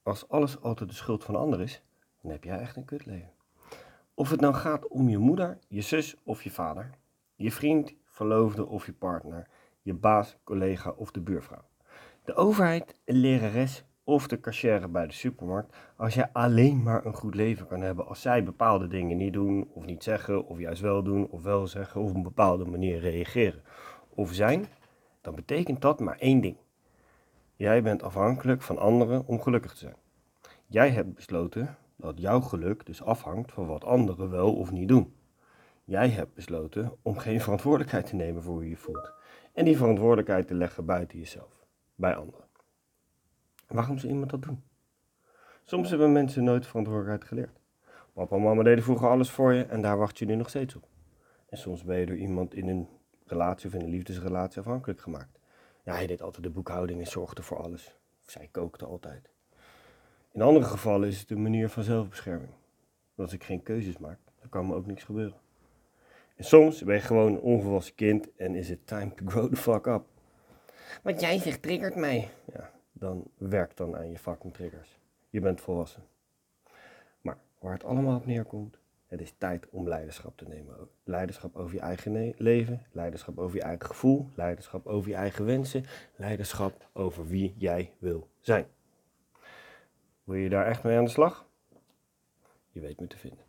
Als alles altijd de schuld van de ander is, dan heb jij echt een kutleven. Of het nou gaat om je moeder, je zus of je vader, je vriend, verloofde of je partner, je baas, collega of de buurvrouw. De overheid, een lerares of de cashier bij de supermarkt, als jij alleen maar een goed leven kan hebben als zij bepaalde dingen niet doen of niet zeggen of juist wel doen of wel zeggen of op een bepaalde manier reageren of zijn, dan betekent dat maar één ding. Jij bent afhankelijk van anderen om gelukkig te zijn. Jij hebt besloten dat jouw geluk dus afhangt van wat anderen wel of niet doen. Jij hebt besloten om geen verantwoordelijkheid te nemen voor hoe je je voelt. En die verantwoordelijkheid te leggen buiten jezelf, bij anderen. Waarom zou iemand dat doen? Soms hebben mensen nooit verantwoordelijkheid geleerd. Papa en mama deden vroeger alles voor je en daar wacht je nu nog steeds op. En soms ben je door iemand in een relatie of in een liefdesrelatie afhankelijk gemaakt. Ja, hij deed altijd de boekhouding en zorgde voor alles. Of zij kookte altijd. In andere gevallen is het een manier van zelfbescherming. Want als ik geen keuzes maak, dan kan me ook niks gebeuren. En soms ben je gewoon een onvolwassen kind en is het time to grow the fuck up. Wat jij zegt triggert mij. Ja, dan werk dan aan je fucking triggers. Je bent volwassen. Maar waar het allemaal op neerkomt, het is tijd om leiderschap te nemen. Leiderschap over je eigen leven, leiderschap over je eigen gevoel, leiderschap over je eigen wensen, leiderschap over wie jij wil zijn. Wil je daar echt mee aan de slag? Je weet me te vinden.